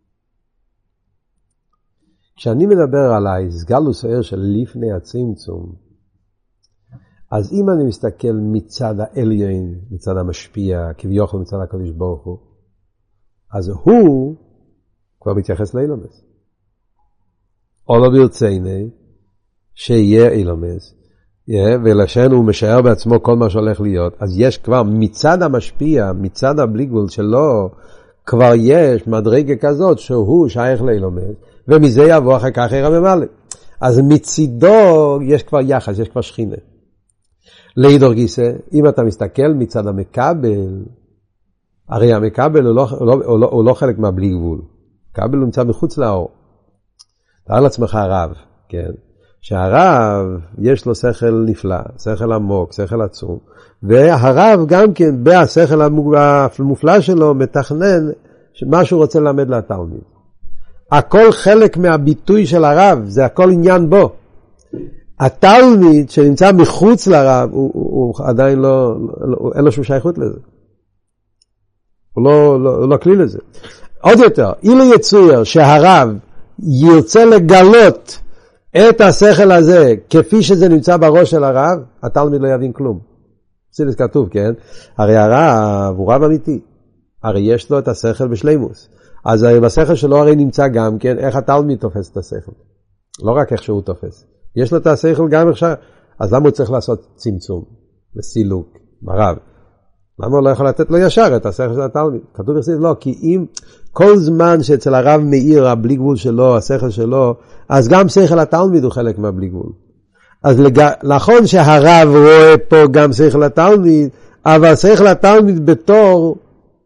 כשאני מדבר על ההסגלוס הער של לפני הצמצום, אז אם אני מסתכל מצד העליון, מצד המשפיע, כביכול מצד הקדוש ברוך הוא, אז הוא כבר מתייחס לאילומס. או לא ברציני, שיהיה אילומס, ולשן הוא משער בעצמו כל מה שהולך להיות, אז יש כבר מצד המשפיע, מצד הבלי גבול שלו, כבר יש מדרגה כזאת שהוא שייך לאילומס, ומזה יבוא אחר כך עיר הממלא. אז מצידו יש כבר יחס, יש כבר שכינה. לאידור גיסא, אם אתה מסתכל מצד המקבל, הרי המקבל הוא לא, הוא לא, הוא לא, הוא לא חלק מהבלי גבול. המקבל הוא נמצא מחוץ לאור. תאר לעצמך הרב, כן? שהרב יש לו שכל נפלא, שכל עמוק, שכל עצום, והרב גם כן בהשכל המופלא שלו מתכנן מה שהוא רוצה ללמד לתלמיד. הכל חלק מהביטוי של הרב, זה הכל עניין בו. התלמיד שנמצא מחוץ לרב, הוא, הוא, הוא עדיין לא, לא, אין לו שום שייכות לזה. הוא לא, לא, הוא לא כלי לזה. עוד יותר, אילו יצויר שהרב ירצה לגלות את השכל הזה, כפי שזה נמצא בראש של הרב, התלמיד לא יבין כלום. זה כתוב, כן? הרי הרב הוא רב אמיתי. הרי יש לו את השכל בשלימוס. אז בשכל שלו הרי נמצא גם, כן, איך התלמיד תופס את השכל. לא רק איך שהוא תופס. יש לו את השכל גם איך ש... אז למה הוא צריך לעשות צמצום וסילוק ברב? למה הוא לא יכול לתת לו ישר את השכל של התלמיד? כתוב בסדר, לא, כי אם כל זמן שאצל הרב מאיר הבלי גבול שלו, השכל שלו, אז גם שכל התלמיד הוא חלק מהבלי גבול. אז לג... נכון שהרב רואה פה גם שכל התלמיד, אבל שכל התלמיד בתור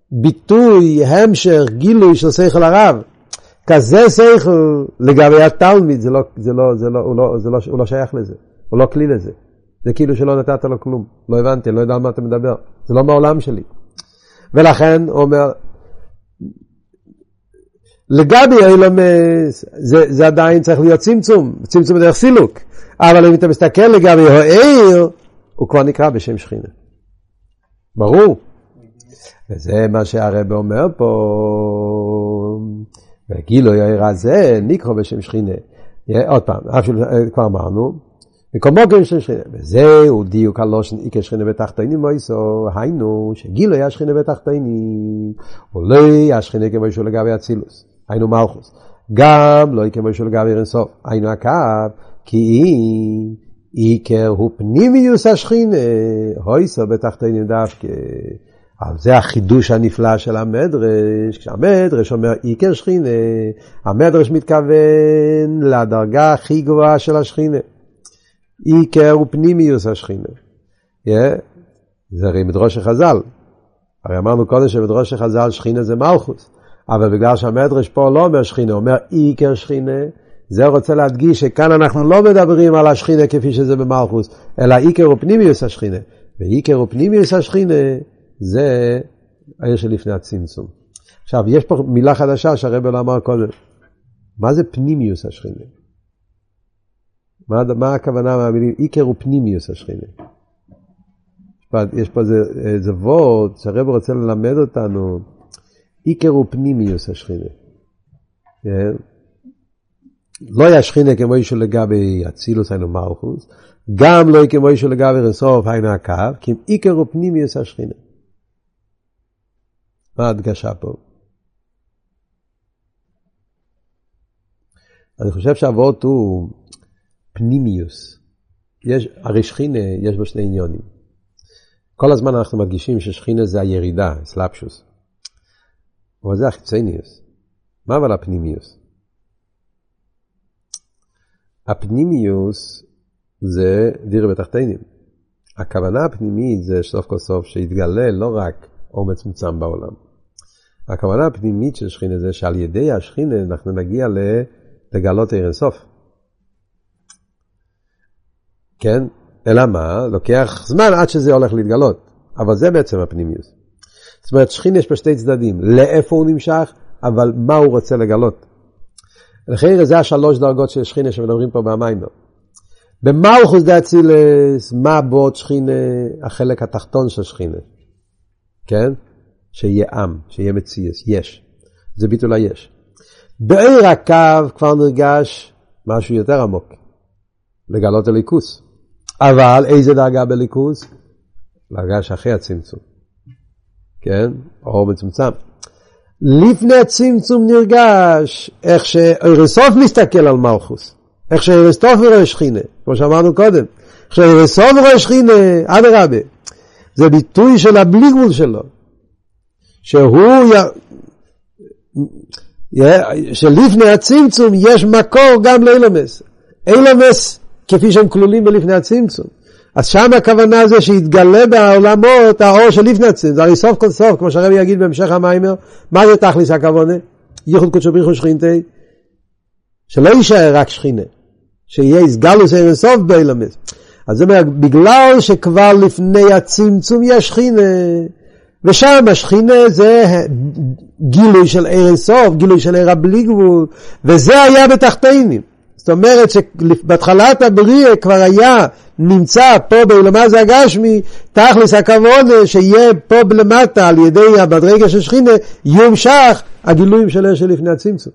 ביטוי, המשך, גילוי של שכל הרב. כזה שכל לגבי התלמיד, זה לא, זה לא, זה לא, הוא לא, זה לא, הוא לא שייך לזה. הוא לא כלי לזה. זה כאילו שלא נתת לו כלום. לא הבנתי, לא יודע על מה אתה מדבר. זה לא מהעולם שלי. ולכן הוא אומר, לגבי אילומס, זה, זה עדיין צריך להיות צמצום, צמצום דרך סילוק. אבל אם אתה מסתכל לגבי העיר, הוא כבר נקרא בשם שכינה. ברור. וזה מה שהרב אומר פה, וגילוי העיר הזה נקרא בשם שכינה. עוד פעם, כבר אמרנו, מקומו בשם שכינה. וזהו דיוק הלושן איקר שכינה בתחתינים מויסו, היינו שגילוי השכינה בתחתינים, אולי השכינה כמו שהוא לגבי אצילוס. היינו מלכוס. גם לא כמו שהוא לגבי אינסוף. היינו הקו, כי איקר הוא פנימיוס השכינה, הויסו בתחתינים דווקא. אז זה החידוש הנפלא של המדרש. כשהמדרש אומר איקר שכינה, המדרש מתכוון לדרגה הכי גבוהה של השכינה. איקר הוא פנימיוס השכינה. Yeah. זה הרי מדרוש החז"ל. הרי אמרנו קודם שמדרוש החז"ל שכינה זה מלכוס. אבל בגלל שהמדרש פה לא אומר שכינה, הוא אומר איקר שכינה, זה רוצה להדגיש שכאן אנחנו לא מדברים על השכינה כפי שזה במלכוס, אלא איקר הוא פנימיוס השכינה. ואיקר הוא פנימיוס השכינה, זה העיר שלפני הצמצום. עכשיו, יש פה מילה חדשה שהרב לא אמר קודם. מה זה פנימיוס השכינה? מה, מה הכוונה מהמילים? איקר הוא פנימיוס השכינה. יש פה איזה, איזה וורט שהרב רוצה ללמד אותנו. איקר הוא פנימיוס השכינה. לא היה שכינה כמו אישו לגבי אצילוס היינו מלכוס, גם לא כמו אישו לגבי אינסוף היינו הקו, כי איקר הוא פנימיוס השכינה. מה ההדגשה פה? אני חושב שהוורט הוא פנימיוס. יש, הרי שכינה יש בו שני עניונים. כל הזמן אנחנו מדגישים ששכינה זה הירידה, סלאפשוס. אבל זה החיצוניוס. מה אבל הפנימיוס? הפנימיוס זה דירה בתחתינים. הכוונה הפנימית זה סוף כל סוף שיתגלה לא רק אור מצומצם בעולם. הכוונה הפנימית של שכינה זה שעל ידי השכינה אנחנו נגיע לגלות עיר אינסוף. כן? אלא מה? לוקח זמן עד שזה הולך להתגלות. אבל זה בעצם הפנימיוס. זאת אומרת, שכינה יש פה שתי צדדים. לאיפה הוא נמשך, אבל מה הוא רוצה לגלות. לכן זה השלוש דרגות של שכינה שמדברים פה במיימר. במלכוס דאצילס, מה באות שכינה? החלק התחתון של שכינה. כן? שיהיה עם, שיהיה מציאס, יש. זה ביטול היש. בעיר הקו כבר נרגש משהו יותר עמוק. לגלות הליכוס. אבל איזה דרגה בליכוס? להרגש אחרי הצמצום. כן? אור מצומצם. לפני הצמצום נרגש איך שאירסוף מסתכל על מלכוס. איך שאירסוף רואה שכינה. כמו שאמרנו קודם. איך שאירסוף רואה שכינה, עד הרבה. זה ביטוי של הבלי גבול שלו. שהוא י... שלפני הצמצום יש מקור גם לאילומס. אילומס כפי שהם כלולים בלפני הצמצום. אז שם הכוונה זה שיתגלה בעולמות האור של לפני הצמצום. זה הרי סוף כל סוף, כמו שהרבי יגיד בהמשך המיימר, מה זה תכליס הכוונה? ייחוד קודשו בריחו שכינתי. שלא יישאר רק שכינה. שיהיה הסגלוס אין סוף באילומס. אז זה אומר, בגלל שכבר לפני הצמצום יש שכינה, ושם השכינה זה גילוי של עיר אינסוף, גילוי של עיר הבלי גבול, וזה היה בתחתינים. זאת אומרת שבהתחלת הבריאה כבר היה נמצא פה בעולמה זה הגשמי, תכלס הכוונה שיהיה פה למטה על ידי המדרגה של שכינה, יומשך הגילויים של עיר שלפני הצמצום.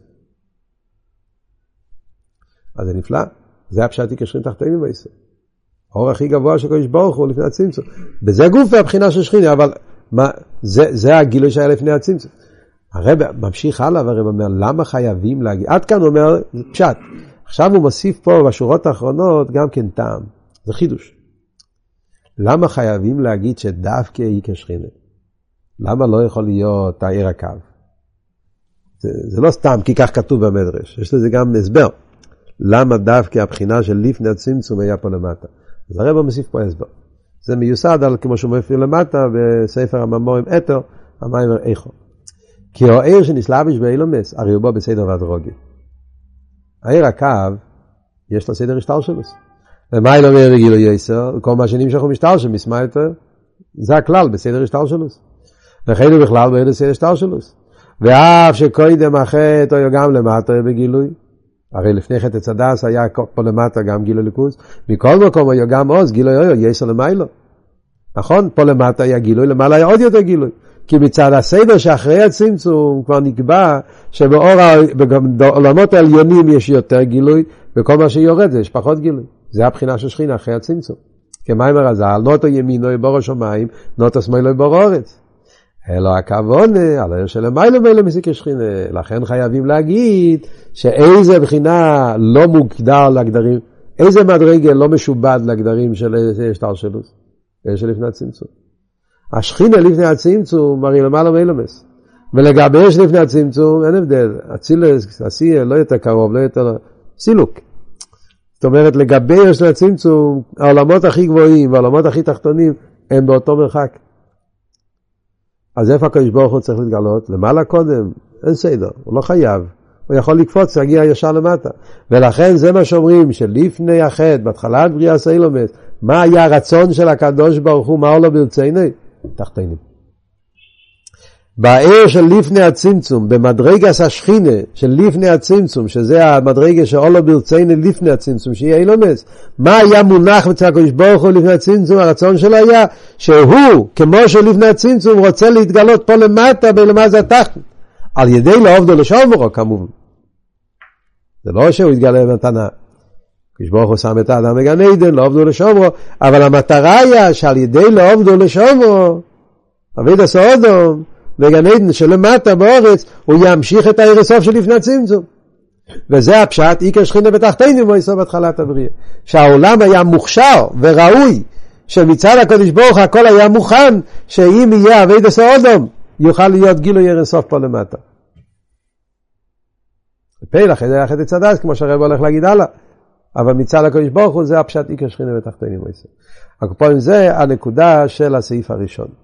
אז זה נפלא, זה הפשטי כשכין תחתינים בישראל. האור הכי גבוה של קודש ברוך הוא לפני הצמצום. בזה גוף והבחינה של שכינה, אבל מה, זה, זה הגילוי שהיה לפני הצמצום. הרב ממשיך הלאה והרב אומר, למה חייבים להגיד? עד כאן הוא אומר, פשט. עכשיו הוא מוסיף פה בשורות האחרונות גם כן טעם. זה חידוש. למה חייבים להגיד שדווקא היא כשכינה? למה לא יכול להיות העיר הקו? זה, זה לא סתם כי כך כתוב במדרש. יש לזה גם הסבר. למה דווקא הבחינה של לפני הצמצום היה פה למטה? אז הרב מוסיף פה הסבר. זה מיוסד על כמו שהוא מופיע למטה בספר הממורים אתר, המיימר איכו. כי העיר שנסלבש באילומס, הרי הוא בא בסדר והדרוגי. העיר הקו, יש לו סדר השטר שלו. ומה היא לא אומר בגילו יסר? כל מה שנמשכו משטר של מסמייתו, זה הכלל בסדר השטר שלו. וכן הוא בכלל בעיר בסדר השטר שלו. ואף שקודם החטא או גם למטה בגילוי, הרי לפני חטא צדס היה פה למטה גם גילוי ליכוז, מכל מקום היה גם עוז, גילוי היה יסר למיילו. נכון? פה למטה היה גילוי, למעלה היה עוד יותר גילוי. כי מצד הסדר שאחרי הצמצום כבר נקבע שבעולמות העליונים יש יותר גילוי, וכל מה שיורד זה יש פחות גילוי. זה הבחינה של שכינה אחרי הצמצום. כמיימר הזל, נוטו ימינו בור השמיים, נוטו שמאלו בור הארץ. אלא הכוונה, על העיר של המיילו מיילו מסיק שכינה. לכן חייבים להגיד שאיזה בחינה לא מוגדר להגדרים, איזה מדרגה לא משובד להגדרים של שטר שלוס, של לפני הצמצום. השכינה לפני הצמצום מראה למעלה מאילומס. ולגבי שלפני הצמצום אין הבדל. הצילס, עשייה, לא יותר קרוב, לא יותר סילוק. זאת אומרת, לגבי של הצמצום, העולמות הכי גבוהים והעולמות הכי תחתונים הם באותו מרחק. אז איפה הקדוש ברוך הוא צריך להתגלות? למעלה קודם, אין סדר, הוא לא חייב. הוא יכול לקפוץ, להגיע ישר למטה. ולכן זה מה שאומרים, שלפני החטא, בהתחלת בריאת האילומס, מה היה הרצון של הקדוש ברוך הוא, מה לו ברצינו? תחתינים. בעיר של לפני הצמצום, במדרגס השכינה של לפני הצמצום, שזה המדרגה שאולו ברצינו לפני הצמצום, שיהיה אילומס, מה היה מונח אצל הקדוש ברוך הוא לפני הצמצום? הרצון שלו היה שהוא, כמו שלפני הצמצום, רוצה להתגלות פה למטה, בלמטה התחת, על ידי לעובדו לשומרו, כמובן. זה לא שהוא יתגלה במתנה. הקדוש ברוך הוא שם את האדם בגן עדן, לעובדו לשומרו, אבל המטרה היה שעל ידי לעובדו לשומרו, עבד הסעודום, בגן עדן שלמטה בארץ, הוא ימשיך את העיר הסוף של לפני הצמצום. וזה הפשט, עיקר שכינה בתחתינו, בו יסוף התחלת הבריאה. שהעולם היה מוכשר וראוי, שמצד הקדוש ברוך הכל היה מוכן, שאם יהיה עבד הסעודום, יוכל להיות גילוי עיר הסוף פה למטה. פלח, זה היה חטא צדס, כמו שהרב הולך להגיד הלאה. אבל מצד הקדוש ברוך הוא, זה הפשט עיקר שכינה בתחתינו, בו יסוף. הקופונים זה הנקודה של הסעיף הראשון.